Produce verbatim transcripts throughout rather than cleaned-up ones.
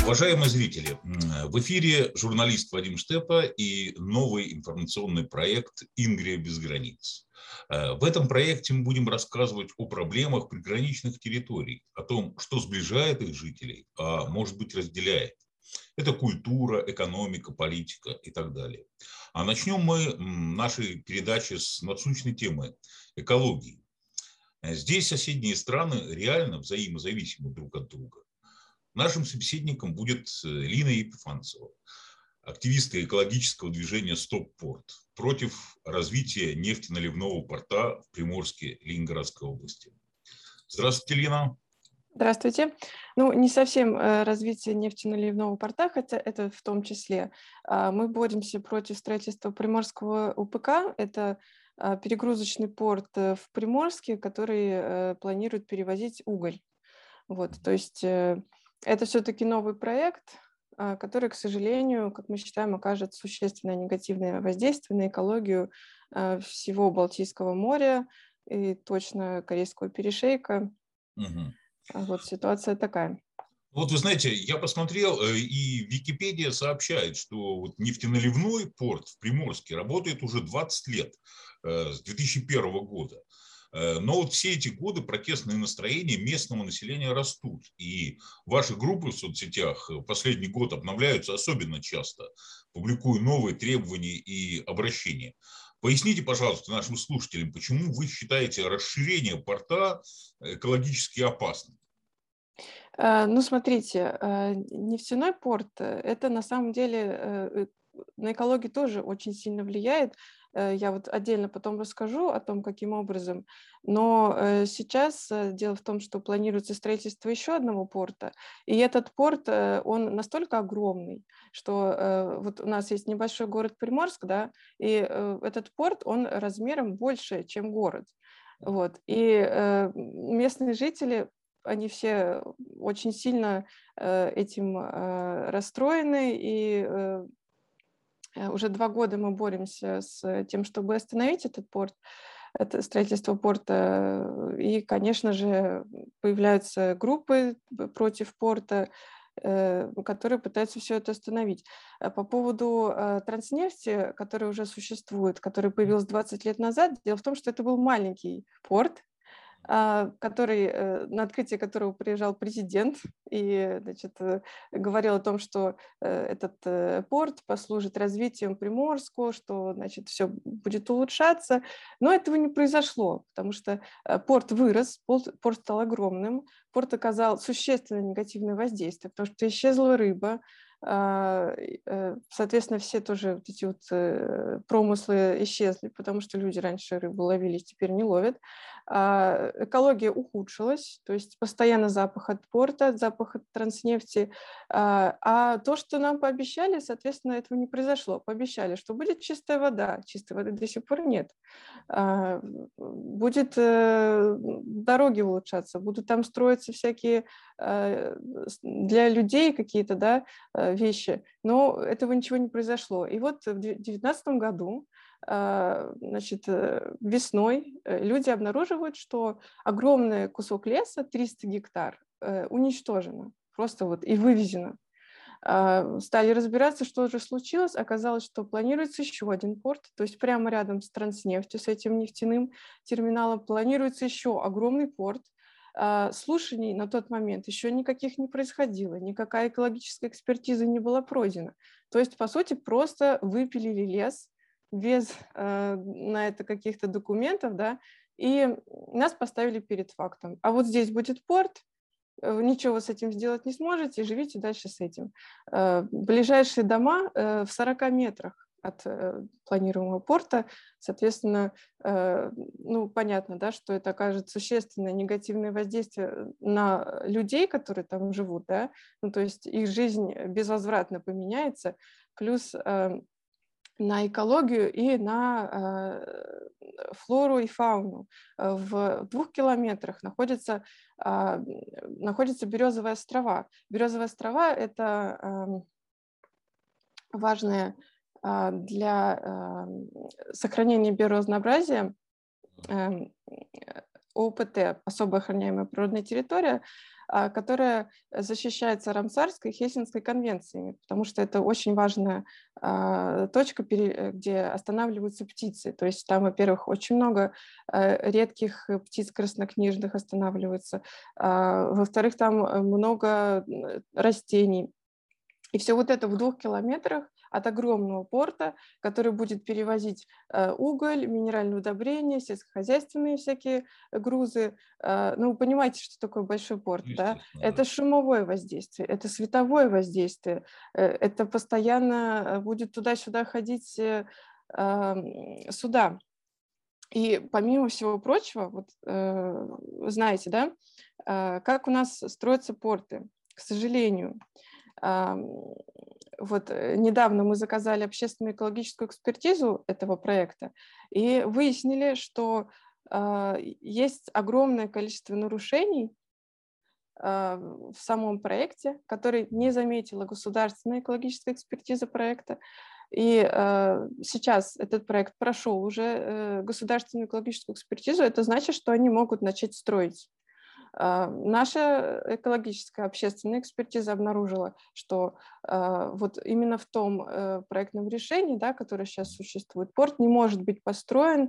Уважаемые зрители, в эфире журналист Вадим Штепа и новый информационный проект «Ингрия без границ». В этом проекте мы будем рассказывать о проблемах приграничных территорий, о том, что сближает их жителей, а может быть разделяет. Это культура, экономика, политика и так далее. А начнем мы наши передачи с насущной темы – экологии. Здесь соседние страны реально взаимозависимы друг от друга. Нашим собеседником будет Лина Епифанцева, активистка экологического движения «Стоп-порт» против развития нефтеналивного порта в Приморске Ленинградской области. Здравствуйте, Лина. Здравствуйте. Ну, не совсем развитие нефтеналивного порта, хотя это в том числе. Мы боремся против строительства Приморского УПК. Это перегрузочный порт в Приморске, который планирует перевозить уголь. Вот, то есть это все-таки новый проект, который, к сожалению, как мы считаем, окажет существенное негативное воздействие на экологию всего Балтийского моря и точно Корейского перешейка. Угу. Вот ситуация такая. Вот вы знаете, я посмотрел, и Википедия сообщает, что вот нефтеналивной порт в Приморске работает уже двадцать лет, с две тысячи первого года. Но вот все эти годы протестные настроения местного населения растут. И ваши группы в соцсетях последний год обновляются особенно часто, публикуя новые требования и обращения. Поясните, пожалуйста, нашим слушателям, почему вы считаете расширение порта экологически опасным? Ну, смотрите, нефтяной порт – это на самом деле на экологию тоже очень сильно влияет. Я вот отдельно потом расскажу о том, каким образом. Но сейчас дело в том, что планируется строительство еще одного порта. И этот порт, он настолько огромный, что вот у нас есть небольшой город Приморск, да, и этот порт, он размером больше, чем город. Вот. И местные жители, они все очень сильно этим расстроены, и уже два года мы боремся с тем, чтобы остановить этот порт, это строительство порта. И, конечно же, появляются группы против порта, которые пытаются все это остановить. По поводу Транснефти, который уже существует, который появился двадцать лет назад, дело в том, что это был маленький порт, который, на открытие которого приезжал президент и, значит, говорил о том, что этот порт послужит развитию Приморску, что, значит, все будет улучшаться. Но этого не произошло, потому что порт вырос, порт стал огромным, порт оказал существенное негативное воздействие, потому что исчезла рыба. Соответственно, все тоже вот эти вот промыслы исчезли, потому что люди раньше рыбу ловили, теперь не ловят. Экология ухудшилась, то есть постоянно запах от порта, запах от Транснефти. А то, что нам пообещали, соответственно, этого не произошло. Пообещали, что будет чистая вода. Чистой воды до сих пор нет. Будет дороги улучшаться, будут там строиться всякие для людей какие-то, да, вещи, но этого ничего не произошло. И вот в две тысячи девятнадцатом году, значит, весной люди обнаруживают, что огромный кусок леса, триста гектар, уничтожено, просто вот и вывезено. Стали разбираться, что же случилось. Оказалось, что планируется еще один порт, то есть прямо рядом с Транснефтью, с этим нефтяным терминалом, планируется еще огромный порт. Слушаний на тот момент еще никаких не происходило, никакая экологическая экспертиза не была пройдена. То есть, по сути, просто выпилили лес без э, на это каких-то документов, да, и нас поставили перед фактом. А вот здесь будет порт, ничего с этим сделать не сможете, живите дальше с этим. Ближайшие дома в сорока метрах от планируемого порта, соответственно, ну, понятно, да, что это окажет существенное негативное воздействие на людей, которые там живут, да, ну, то есть их жизнь безвозвратно поменяется, плюс на экологию и на флору и фауну. В двух километрах находятся, находятся Березовые острова. Березовые острова – это важные для сохранения биоразнообразия ОПТ, особо охраняемая природная территория, которая защищается Рамсарской и Хельсинкской конвенциями, потому что это очень важная точка, где останавливаются птицы. То есть там, во-первых, очень много редких птиц краснокнижных останавливается, во-вторых, там много растений. И все вот это в двух километрах от огромного порта, который будет перевозить уголь, минеральные удобрения, сельскохозяйственные всякие грузы. Ну, вы понимаете, что такое большой порт, да? Это да. шумовое воздействие, это световое воздействие, это постоянно будет туда-сюда ходить суда. И помимо всего прочего, вот знаете, да, как у нас строятся порты, к сожалению. Вот недавно мы заказали общественную экологическую экспертизу этого проекта и выяснили, что э, есть огромное количество нарушений э, в самом проекте, который не заметила государственная экологическая экспертиза проекта. И э, сейчас этот проект прошел уже э, государственную экологическую экспертизу. Это значит, что они могут начать строить. Наша экологическая общественная экспертиза обнаружила, что э, вот именно в том э, проектном решении, да, которое сейчас существует, порт не может быть построен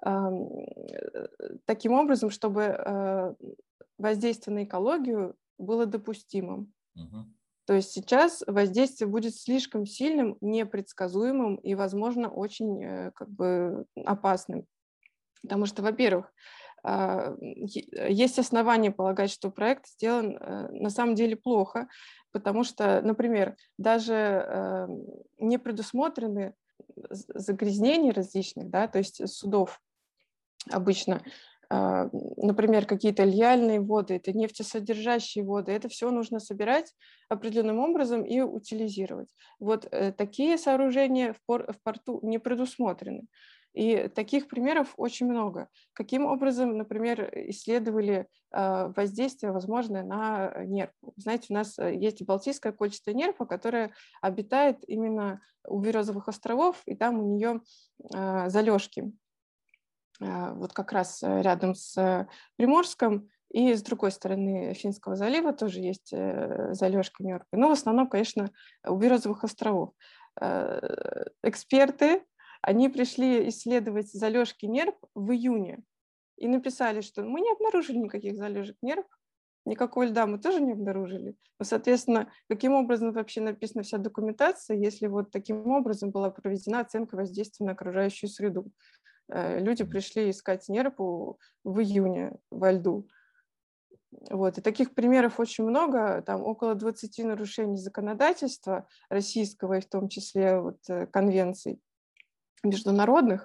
э, таким образом, чтобы э, воздействие на экологию было допустимым. Угу. То есть сейчас воздействие будет слишком сильным, непредсказуемым и, возможно, очень э, как бы опасным. Потому что, во-первых, есть основания полагать, что проект сделан на самом деле плохо, потому что, например, даже не предусмотрены загрязнения различных, да, то есть судов обычно, например, какие-то льяльные воды, это нефтесодержащие воды, это все нужно собирать определенным образом и утилизировать. Вот такие сооружения в, пор, в порту не предусмотрены. И таких примеров очень много. Каким образом, например, исследовали воздействие возможное на нерпу? Знаете, у нас есть балтийская кольчатая нерпа, которая обитает именно у Березовых островов, и там у нее залежки. Вот как раз рядом с Приморском, и с другой стороны Финского залива тоже есть залежки нерпы. Но в основном, конечно, у Березовых островов. Эксперты, они пришли исследовать залежки нерп в июне и написали, что мы не обнаружили никаких залежек нерп, никакого льда мы тоже не обнаружили. Но, соответственно, каким образом вообще написана вся документация, если вот таким образом была проведена оценка воздействия на окружающую среду? Люди пришли искать нерпу в июне во льду. Вот. И таких примеров очень много, там около двадцати нарушений законодательства российского, и в том числе вот, конвенций международных.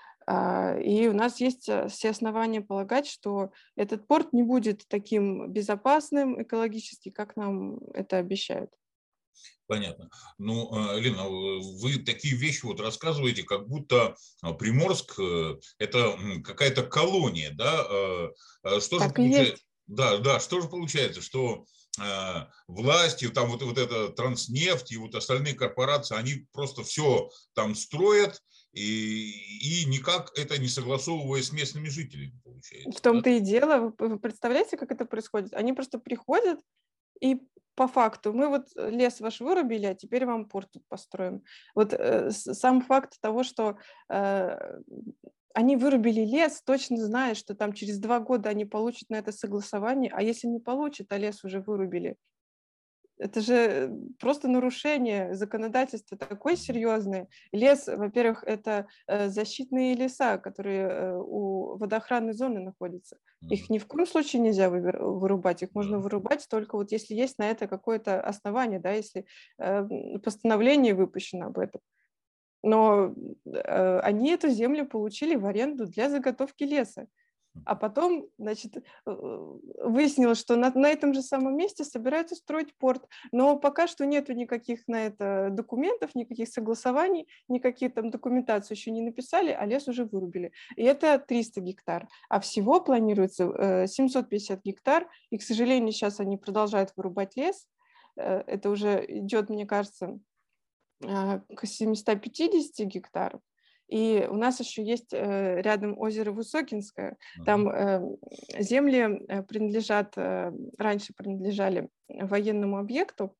И у нас есть все основания полагать, что этот порт не будет таким безопасным экологически, как нам это обещают. Понятно. Ну, Лена, вы такие вещи вот рассказываете, как будто Приморск – это какая-то колония, да? Что так же и получается? есть. Да, да, что же получается, что э, власти, там вот, вот это Транснефть и вот остальные корпорации, они просто все там строят, и, и никак это не согласовывая с местными жителями, получается. В том-то и дело. Вы представляете, как это происходит? Они просто приходят и по факту мы вот лес ваш вырубили, а теперь вам порт тут построим. Вот э, сам факт того, что э, они вырубили лес, точно зная, что там через два года они получат на это согласование, а если не получат, а лес уже вырубили. Это же просто нарушение законодательства такое серьезное. Лес, во-первых, это защитные леса, которые у водоохранной зоны находятся. Их ни в коем случае нельзя вырубать. Их можно вырубать только вот если есть на это какое-то основание, да, если постановление выпущено об этом. Но они эту землю получили в аренду для заготовки леса. А потом, значит, выяснилось, что на, на этом же самом месте собираются строить порт. Но пока что нету никаких на это документов, никаких согласований, никакие там документацию еще не написали, а лес уже вырубили. И это триста гектар. А всего планируется семьсот пятьдесят гектар. И, к сожалению, сейчас они продолжают вырубать лес. Это уже идет, мне кажется, к семистам пятидесяти гектарам. И у нас еще есть э, рядом озеро Высокинское. Ага. Там э, земли э, принадлежат, э, раньше принадлежали военному объекту.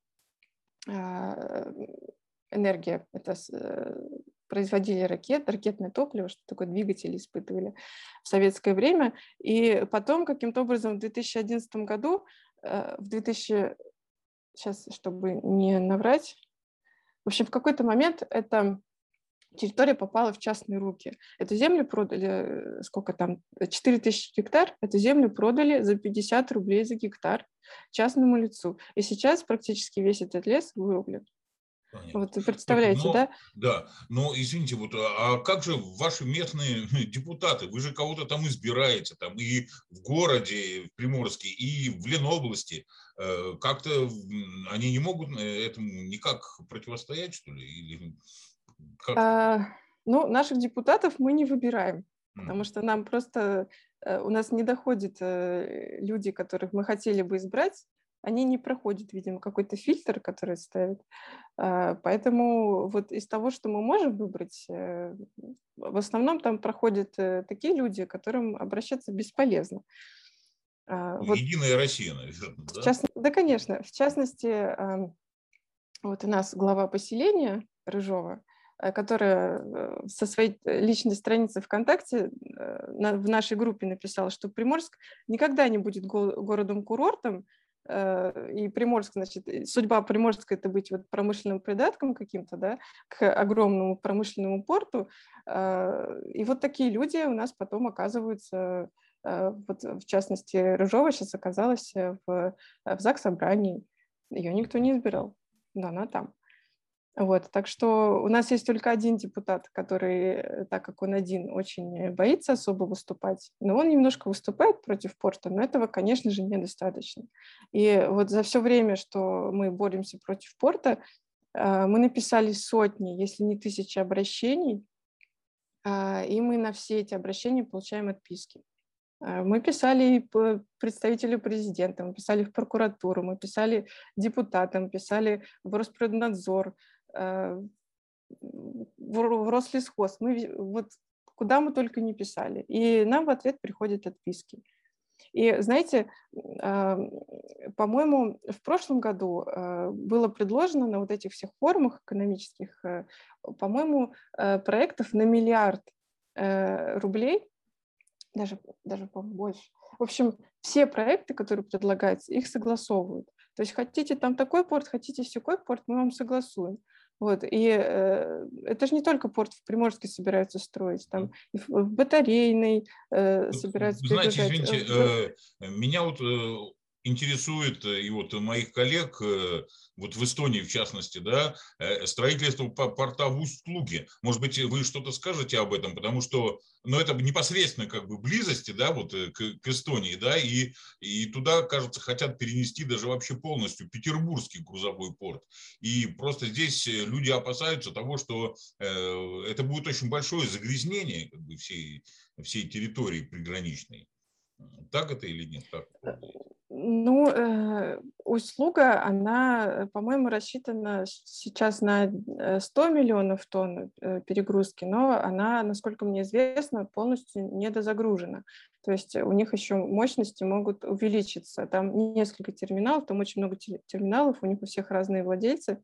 А, энергия, это с- э, производили ракет, ракетное топливо, что такое двигатели испытывали в советское время. И потом каким-то образом в две тысячи одиннадцатом году, э, в две тысячи, сейчас, чтобы не наврать, в общем, в какой-то момент эта территория попала в частные руки. Эту землю продали, э, сколько там, четыре тысячи гектар, эту землю продали за пятьдесят рублей за гектар частному лицу. И сейчас практически весь этот лес вырублен. Понятно. Вот вы Слушайте, представляете, но, да? да, но извините, вот, а а как же ваши местные депутаты? Вы же кого-то там избираете, там и в городе, в Приморске, и в Ленобласти. Э, Как-то м, они не могут э, этому никак противостоять, что ли? Или как? А, ну, наших депутатов мы не выбираем, потому Мгм. что нам просто, э, у нас не доходят э, люди, которых мы хотели бы избрать, они не проходят, видимо, какой-то фильтр, который ставят. А, Поэтому вот из того, что мы можем выбрать, э, в основном там проходят э, такие люди, к которым обращаться бесполезно. А, Ну, Вот Единая Россия, наверное, в да? част- да, конечно, в частности, ам, вот у нас глава поселения Рыжова, э, которая э, со своей э, личной страницы ВКонтакте э, на- в нашей группе написала, что Приморск никогда не будет го- городом-курортом, э, и Приморск, значит, и судьба Приморска — это быть вот промышленным придатком каким-то, да, к огромному промышленному порту. Э, И вот такие люди у нас потом оказываются, э, вот в частности, Рыжова сейчас оказалась э, в, в Заксобрании. Ее никто не избирал, но она там. Вот, так что у нас есть только один депутат, который, э, так как он один, очень боится особо выступать, но он немножко выступает против порта, но этого, конечно же, недостаточно. И вот за все время, что мы боремся против порта, э, мы написали сотни, если не тысячи обращений, а, и мы на все эти обращения получаем отписки. А, Мы писали и п- представителю президента, мы писали в прокуратуру, мы писали депутатам, писали в Росприроднадзор, э, в Ро- в Рослесхоз. Мы ве- вот куда мы только не писали. И нам в ответ приходят отписки. И знаете, а, по-моему, в прошлом году а, было предложено на вот этих всех форумах экономических, э, по-моему, э, проектов на миллиард э, рублей, даже, даже побольше. В общем, все проекты, которые предлагаются, их согласовывают. То есть хотите там такой порт, хотите сякой порт, мы вам согласуем. Вот. И э, это же не только порт в Приморске собираются строить, там и в, в Батарейной э, Вот, собираются вы знаете, прибежать. э, извините, в- э, меня вот э, интересует, э, и вот моих коллег, э, вот в Эстонии в частности, да, э, строительство по- порта в Усть-Луге. Может быть, вы что-то скажете об этом, потому что, ну, это непосредственно как бы близости, да, вот э, к, к Эстонии, да, и, и туда, кажется, хотят перенести даже вообще полностью Петербургский грузовой порт. И просто здесь э, люди опасаются того, что э, это будет очень большое загрязнение как бы всей всей территории приграничной. Так это или нет? Как вы полагаете? Ну, э, услуга, она, э, по-моему, рассчитана с- сейчас на э, сто миллионов тонн э, перегрузки, но она, насколько мне известно, полностью недозагружена. То есть у них еще мощности могут увеличиться. Там несколько терминалов, там очень много те- терминалов, у них у всех разные владельцы.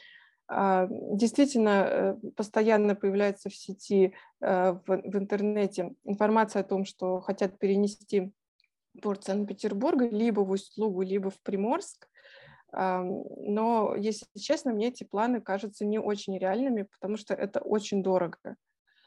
А, Действительно, э, постоянно появляется в сети, э, в, в интернете информация о том, что хотят перенести порт Санкт-Петербурга либо в Усть-Лугу, либо в Приморск. Ам, Но, если честно, мне эти планы кажутся не очень реальными, потому что это очень дорого.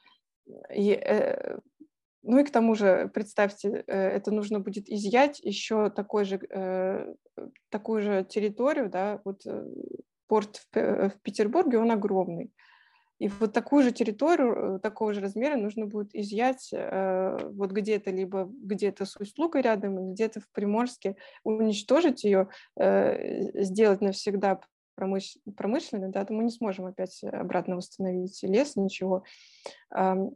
И, э, ну и к тому же, представьте, э, это нужно будет изъять еще такой же, э, такую же территорию, да, вот э, порт в П- в Петербурге, он огромный. И вот такую же территорию, э, такого же размера нужно будет изъять э, вот где-то, либо где-то с Усть-Лугой рядом, или где-то в Приморске, уничтожить ее, э, сделать навсегда промыш- промышленной, да, то мы не сможем опять обратно восстановить лес, ничего. Ам,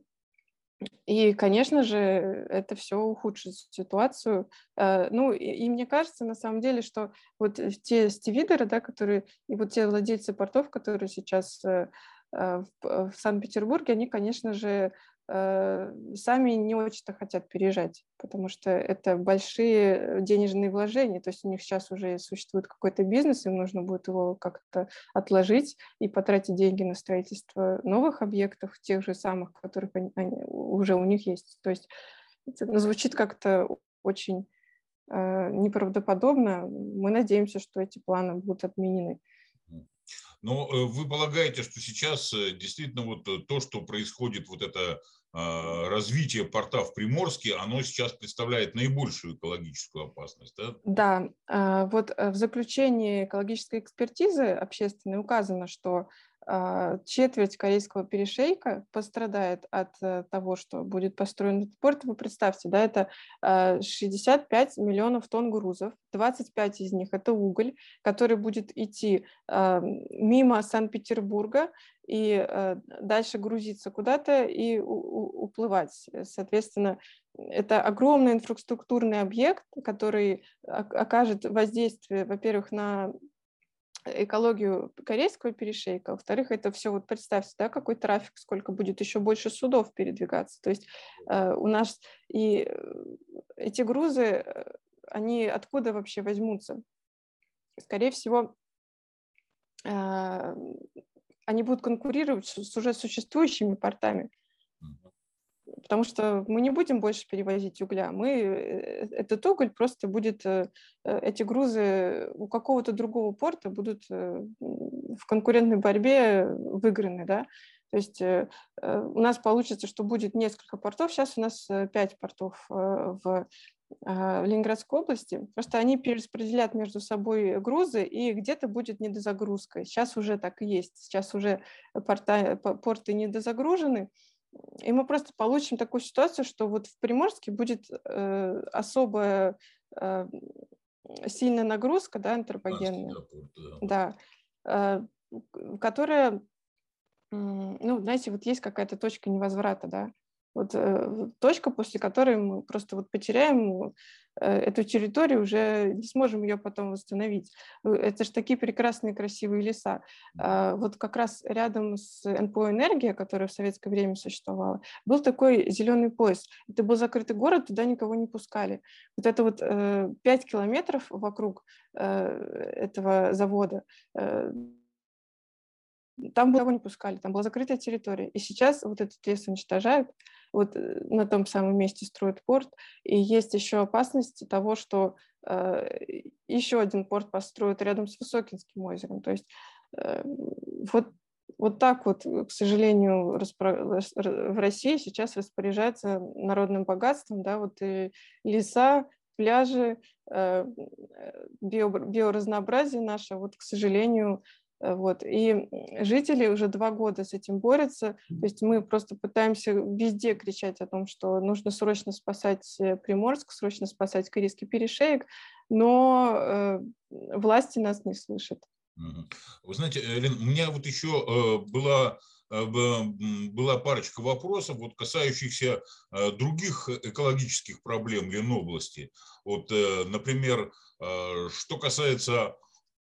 И, конечно же, это все ухудшит ситуацию. Э, Ну, и, и мне кажется, на самом деле, что вот те стивидеры, да, которые, и вот те владельцы портов, которые сейчас э, в, в Санкт-Петербурге, они, конечно же, сами не очень-то хотят переезжать, потому что это большие денежные вложения, то есть у них сейчас уже существует какой-то бизнес, им нужно будет его как-то отложить и потратить деньги на строительство новых объектов, тех же самых, которых они, они, уже у них есть. То есть это, ну, звучит как-то очень э, неправдоподобно. Мы надеемся, что эти планы будут отменены. Но вы полагаете, что сейчас действительно вот то, что происходит, вот это развитие порта в Приморске, оно сейчас представляет наибольшую экологическую опасность, да? Да, вот в заключении экологической экспертизы общественной указано, что четверть Корейского перешейка пострадает от того, что будет построен этот порт. Вы представьте, да, это шестьдесят пять миллионов тонн грузов, двадцать пять из них это уголь, который будет идти мимо Санкт-Петербурга и дальше грузиться куда-то и уплывать. Соответственно, это огромный инфраструктурный объект, который окажет воздействие, во-первых, на экологию Корейского перешейка, во-вторых, это все, вот представьте, да, какой трафик, сколько будет еще больше судов передвигаться. То есть э, у нас и эти грузы, они откуда вообще возьмутся? Скорее всего, э, они будут конкурировать с уже существующими портами. Потому что мы не будем больше перевозить угля, мы, этот уголь просто будет, эти грузы у какого-то другого порта будут в конкурентной борьбе выиграны, да. То есть у нас получится, что будет несколько портов, сейчас у нас пять портов в в Ленинградской области, просто они перераспределят между собой грузы, и где-то будет недозагрузка. Сейчас уже так и есть, сейчас уже порта, порты недозагружены, и мы просто получим такую ситуацию, что вот в Приморске будет э, особая э, сильная нагрузка, да, антропогенная, да, э, которая, ну, знаете, вот есть какая-то точка невозврата, да, вот э, точка, после которой мы просто вот потеряем э, эту территорию, уже не сможем ее потом восстановить. Это же такие прекрасные, красивые леса. Э, вот как раз рядом с эн пэ о «Энергия», которая в советское время существовала, был такой зеленый пояс. Это был закрытый город, туда никого не пускали. Вот это вот э, пять километров вокруг э, этого завода, э, там никого не пускали, там была закрытая территория. И сейчас вот этот лес уничтожают, вот на том самом месте строят порт, и есть еще опасность того, что э, еще один порт построят рядом с Высокинским озером. То есть э, вот, вот так вот, к сожалению, в России сейчас распоряжается народным богатством, да, вот и леса, пляжи, э, био, биоразнообразие наше, вот, к сожалению. Вот. И жители уже два года с этим борются. То есть мы просто пытаемся везде кричать о том, что нужно срочно спасать Приморск, срочно спасать Корейский перешеек, но э, власти нас не слышат. Вы знаете, Лен, у меня вот еще была, была парочка вопросов, вот, касающихся других экологических проблем Ленобласти. Вот, например, что касается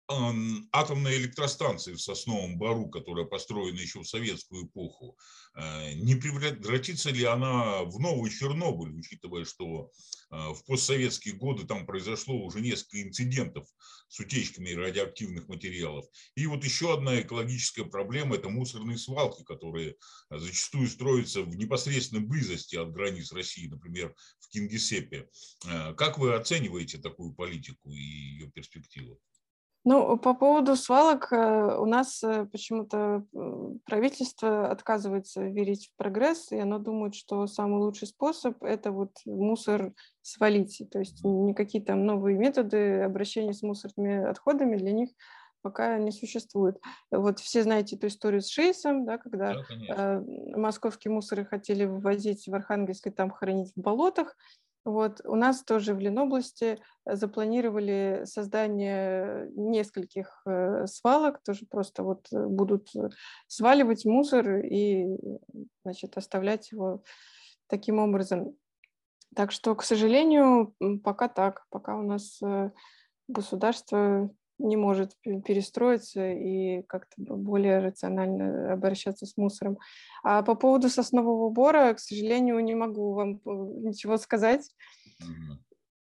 атомной электростанции в Сосновом Бору, которая построена еще в советскую эпоху, не превратится ли она в новый Чернобыль, учитывая, что в постсоветские годы там произошло уже несколько инцидентов с утечками радиоактивных материалов. И вот еще одна экологическая проблема – это мусорные свалки, которые зачастую строятся в непосредственной близости от границ России, например, в Кингисеппе. Как вы оцениваете такую политику и ее перспективу? Ну, по поводу свалок у нас почему-то правительство отказывается верить в прогресс, и оно думает, что самый лучший способ – это вот мусор свалить. То есть никакие там новые методы обращения с мусорными отходами для них пока не существует. Вот все знаете эту историю с ШИСом, да, когда да, московские мусоры хотели вывозить в Архангельск и там хоронить в болотах. Вот. У нас тоже в Ленобласти запланировали создание нескольких свалок, тоже просто вот будут сваливать мусор и, значит, оставлять его таким образом. Так что, к сожалению, пока так, пока у нас государство не может перестроиться и как-то более рационально обращаться с мусором. А по поводу соснового бора, к сожалению, не могу вам ничего сказать. Мгм.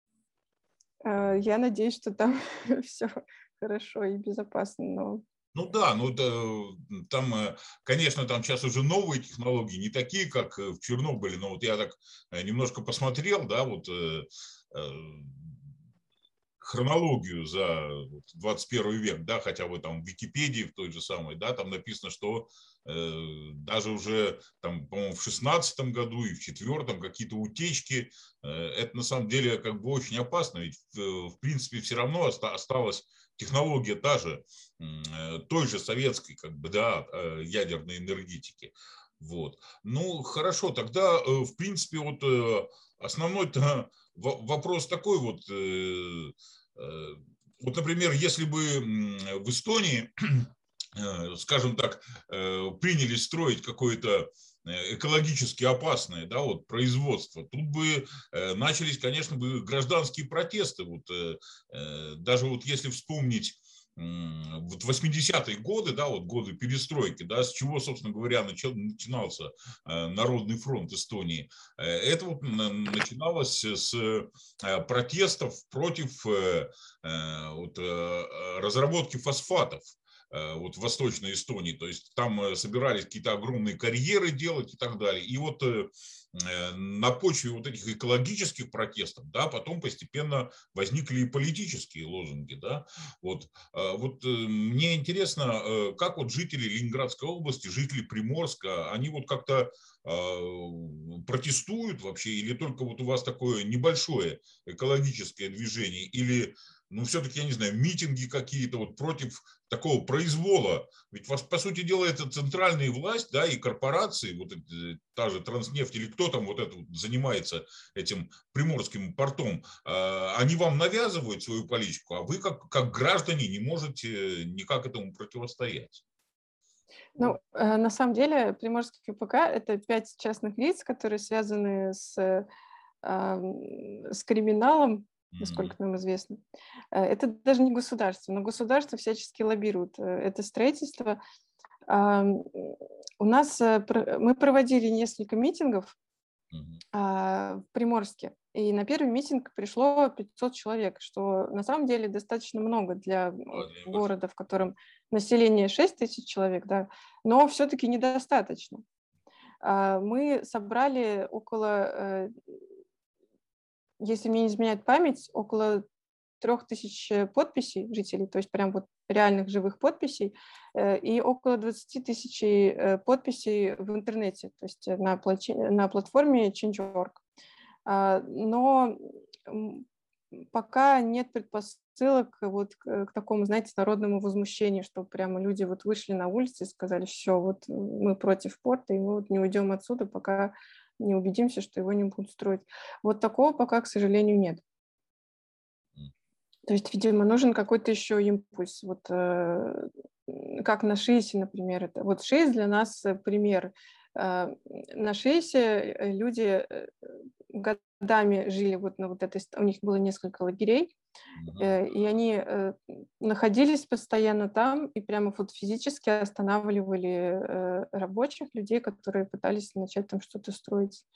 Я надеюсь, что там все хорошо и безопасно, но... Ну да, ну да, там, конечно, там сейчас уже новые технологии, не такие, как в Чернобыле, но вот я так немножко посмотрел, да, вот хронологию за двадцать первый век, да, хотя бы там в Википедии в той же самой, да, там написано, что э, даже уже там, по-моему, в шестнадцатом году и в четвертом какие-то утечки, э, это на самом деле как бы очень опасно, ведь в, в принципе все равно оста- осталась технология та же, э, той же советской, как бы, да, э, ядерной энергетики. Вот. Ну, хорошо, тогда, э, в принципе, вот э, основной-то вопрос такой вот, вот, например, если бы в Эстонии, скажем так, приняли строить какое-то экологически опасное, да, вот, производство, тут бы начались, конечно, бы гражданские протесты. Вот, даже вот если вспомнить вот восьмидесятые годы, да, вот годы перестройки, да, с чего, собственно говоря, начинался Народный фронт Эстонии. Это вот начиналось с протестов против вот, разработки фосфатов вот в Восточной Эстонии. То есть там собирались какие-то огромные карьеры делать и так далее. И вот на почве вот этих экологических протестов, да, потом постепенно возникли и политические лозунги, да. Вот, вот мне интересно, как вот жители Ленинградской области, жители Приморска, они вот как-то протестуют вообще, или только вот у вас такое небольшое экологическое движение, или, ну, все-таки, я не знаю, митинги какие-то вот против такого произвола. Ведь, по сути дела, это центральная власть, да, и корпорации, вот это, та же Транснефть, или кто там вот это вот занимается этим приморским портом, они вам навязывают свою политику, а вы как, как граждане не можете никак этому противостоять. Ну, э, на самом деле, Приморский КПК — это пять частных лиц, которые связаны с, э, с криминалом, насколько нам известно. Это даже не государство, но государство всячески лоббирует это строительство. У нас мы проводили несколько митингов в Приморске, и на первый митинг пришло пятьсот человек, что на самом деле достаточно много для города, в котором население шесть тысяч человек, да, но все-таки недостаточно. Мы собрали около, если мне не изменяет память, около трех тысяч подписей жителей, то есть прям вот реальных живых подписей, и около двадцати тысяч подписей в интернете, то есть на, на платформе Change точка орг. Но пока нет предпосылок вот к, к такому, знаете, народному возмущению, что прямо люди вот вышли на улицы и сказали: все, вот мы против порта, и мы вот не уйдем отсюда, пока не убедимся, что его не будут строить. Вот такого пока, к сожалению, нет. То есть, видимо, нужен какой-то еще импульс. Вот э, как на ШИЭСе, например. Это. Вот ШИЭС для нас пример. Э, на ШИЭСе люди годами жили вот на вот этой... У них было несколько лагерей, э, и они э, находились постоянно там и прямо вот физически останавливали э, рабочих людей, которые пытались начать там что-то строить.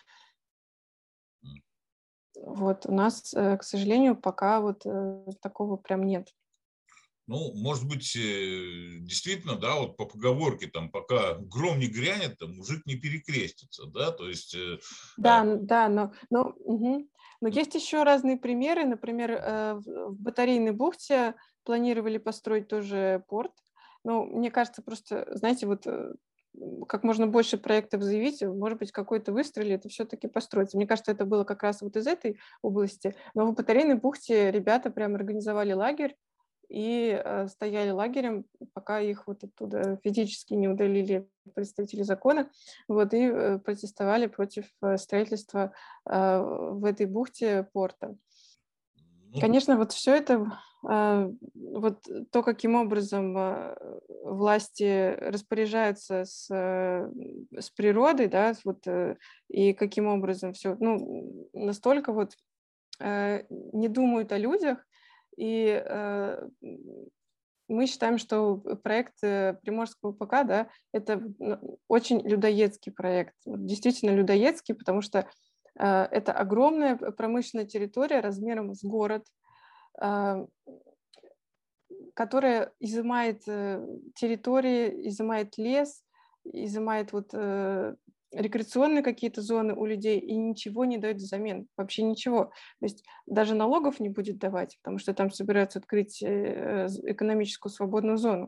Вот у нас, к сожалению, пока вот такого прям нет. Ну, может быть, действительно, да, вот по поговорке, там, пока гром не грянет, там, мужик не перекрестится, да, то есть... Да, а... да, но, но, угу. но есть еще разные примеры. Например, в Батарейной бухте планировали построить тоже порт. Ну, мне кажется, просто, знаете, вот как можно больше проектов заявить, может быть, какой-то выстрелит и все-таки построится. Мне кажется, это было как раз вот из этой области. Но в Батарейной бухте ребята прям организовали лагерь и э, стояли лагерем, пока их вот оттуда физически не удалили представители закона, вот, и э, протестовали против э, строительства э, в этой бухте порта. Конечно, вот все это, вот то, каким образом власти распоряжаются с, с природой, да, вот, и каким образом все, ну, настолько вот не думают о людях, И э, мы считаем, что проект э, Приморского УПК, да, это ну, очень людоедский проект, вот действительно людоедский, потому что э, это огромная промышленная территория размером с город, э, которая изымает э, территории, изымает лес, изымает вот э, рекреационные какие-то зоны у людей и ничего не дает взамен, вообще ничего. То есть даже налогов не будет давать, потому что там собираются открыть э, з- экономическую свободную зону.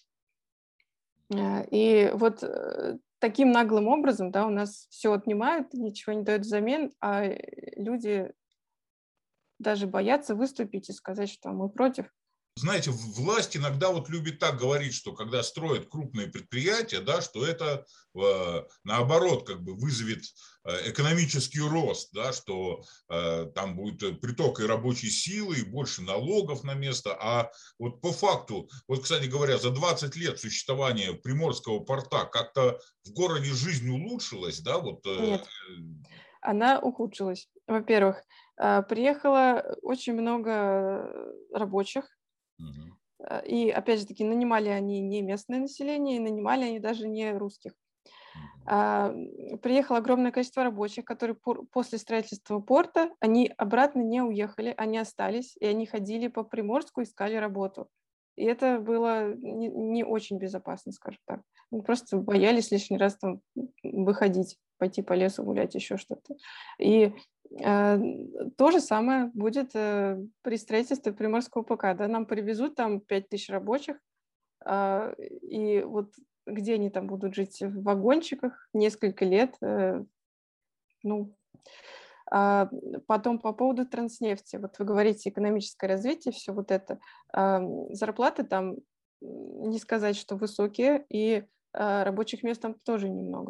Э, И вот э, таким наглым образом, да, у нас все отнимают, ничего не дают взамен, а э, люди даже боятся выступить и сказать, что мы против. Знаете, в- власть иногда вот любит так говорить, что когда строят крупные предприятия, да, что это э, наоборот как бы вызовет э, экономический рост, да, что э, там будет приток и рабочей силы, и больше налогов на место. А вот по факту, вот, кстати говоря, за двадцать лет существования Приморского порта как-то в городе жизнь улучшилась, да, вот. э, Нет, она ухудшилась. Во-первых, э, приехало очень много рабочих, мгм, э, и опять же таки нанимали они не местное население, и нанимали они даже не русских. мгм. А, м, Приехало огромное количество рабочих, которые пор- после строительства порта, они обратно не уехали, они остались, и они ходили по Приморску, искали работу. И это было не, не очень безопасно, скажем так. Мы просто боялись лишний раз там выходить, пойти по лесу гулять, еще что-то. И э, то же самое будет э, при строительстве Приморского ПК. Да? Нам привезут там пять тысяч рабочих, а, и вот где они там будут жить? В вагончиках несколько лет. э, Ну, а, потом по поводу Транснефти. Вот вы говорите экономическое развитие, все вот это. А, Зарплаты там м, не сказать, что высокие, и а, рабочих мест там тоже немного.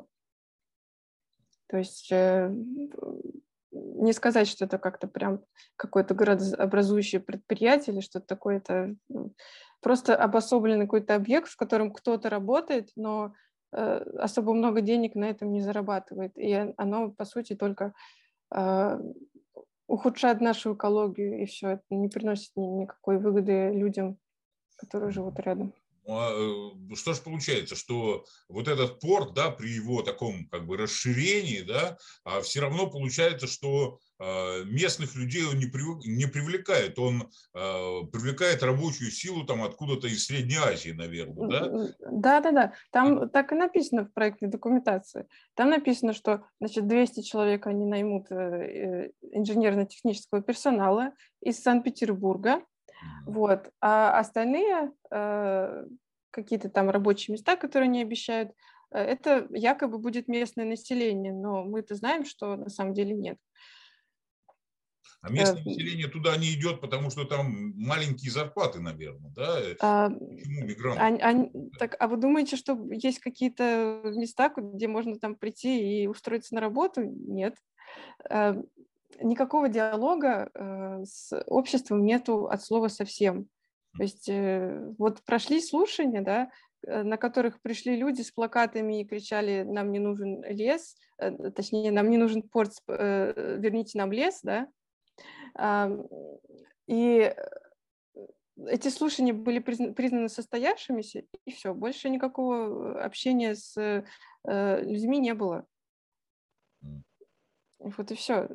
То есть э, не сказать, что это как-то прям какое-то городообразующее предприятие или что-то такое. Это м, просто обособленный какой-то объект, в котором кто-то работает, но э, особо много денег на этом не зарабатывает. И о- оно, по сути, только а, ухудшает нашу экологию, и все. Это не приносит ни- никакой выгоды людям, которые живут рядом. Ну, а, э, что ж получается, что вот этот порт, да, при его таком как бы расширении, да, а все равно получается, что э, местных людей он не, привык- не привлекает, он э, привлекает рабочую силу там откуда-то из Средней Азии, наверное, да? Да-да-да, там так и написано в проектной документации. Там написано, что, значит, двести человек они наймут э, э, инженерно-технического персонала из Санкт-Петербурга, Мгм. вот, а остальные э, какие-то там рабочие места, которые они обещают, э, это якобы будет местное население, но мы-то знаем, что на самом деле нет. А Э, местное население туда не идет, потому что там маленькие зарплаты, наверное, да? Э, а, Почему мигранты? ань- ань- так, а вы думаете, что есть какие-то места, где можно там прийти и устроиться на работу? Нет. Э, Никакого диалога э, с обществом нету от слова совсем. То есть э, вот прошли слушания, да, э, на которых пришли люди с плакатами и кричали: нам не нужен лес, э, точнее, нам не нужен порт, сп- э, верните нам лес, да. А, И эти слушания были призна- признаны состоявшимися, и все, больше никакого общения с э, людьми не было. М, Вот и все.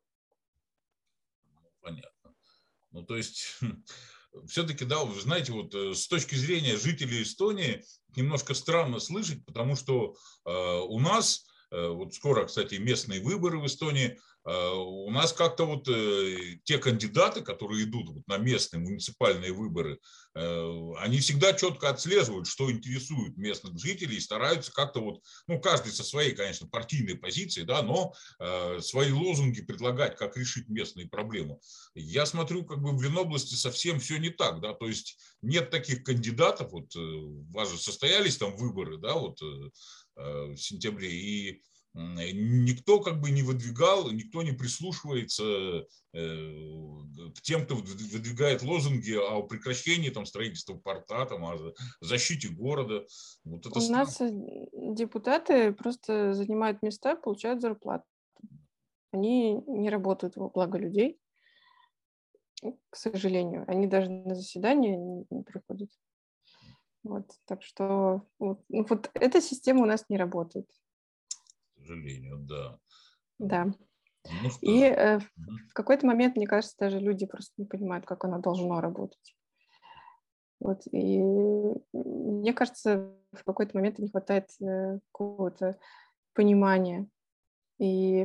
Понятно. Ну, то есть, все-таки, да, вы знаете, вот э, с точки зрения жителей Эстонии немножко странно слышать, потому что э, у нас, э, вот скоро, кстати, местные выборы в Эстонии, э, у нас как-то вот э, те кандидаты, которые идут вот на местные муниципальные выборы, э, они всегда четко отслеживают, что интересует местных жителей, и стараются как-то вот, ну, каждый со своей, конечно, партийной позицией, да, но э, свои лозунги предлагать, как решить местные проблемы. Я смотрю, как бы в Ленобласти совсем все не так, да, то есть нет таких кандидатов, вот э, у вас же состоялись там выборы, да, вот э, э, в сентябре, и никто как бы не выдвигал, никто не прислушивается э, к тем, кто выдвигает лозунги о прекращении там строительства порта, там, о защите города. Вот это У странно. нас э, депутаты просто занимают места, получают зарплату. Они не работают во благо людей. к сожалению. Они даже на заседание не, не приходят. Вот, так что вот, ну, вот эта система у нас не работает. К сожалению, да. Да. Ну что И же. э, в, Мгм. в какой-то момент, мне кажется, даже люди просто не понимают, как оно должно работать. Вот, и мне кажется, в какой-то момент не хватает э, какого-то понимания. И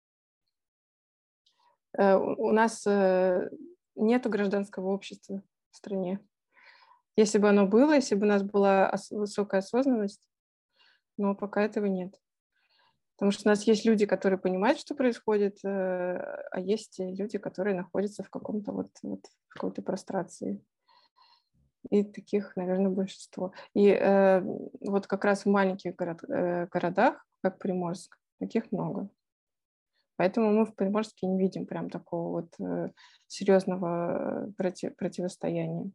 э, у у нас э, нету гражданского общества в стране. Если бы оно было, если бы у нас была ос- высокая осознанность, но пока этого нет. Потому что у нас есть люди, которые понимают, что происходит, э, а есть и люди, которые находятся в каком-то вот, вот в какой-то прострации. И таких, наверное, большинство. И э, вот как раз в маленьких город, э, городах, как Приморск, таких много. Поэтому мы в Приморске не видим прям такого вот э, серьезного против, противостояния.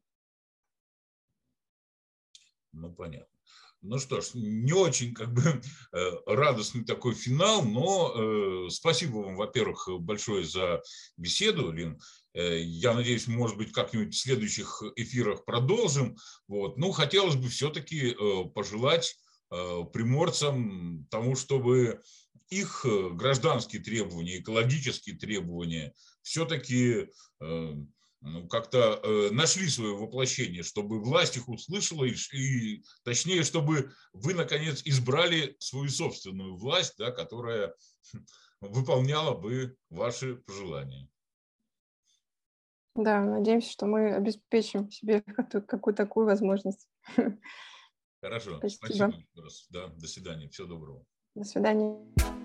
Ну, понятно. Ну что ж, не очень как бы э, радостный такой финал, но э, спасибо вам, во-первых, большое за беседу, Лин. Э, я надеюсь, может быть, как-нибудь в следующих эфирах продолжим. Вот. Ну, хотелось бы все-таки э, пожелать э, приморцам тому, чтобы их гражданские требования, экологические требования все-таки э, ну, как-то э, нашли свое воплощение, чтобы власть их услышала, и, и точнее, чтобы вы, наконец, избрали свою собственную власть, да, которая выполняла бы ваши пожелания. Да, надеемся, что мы обеспечим себе какую-то, какую такую возможность. Хорошо, спасибо Спасибо. еще раз. Да, до свидания, всего доброго. До свидания.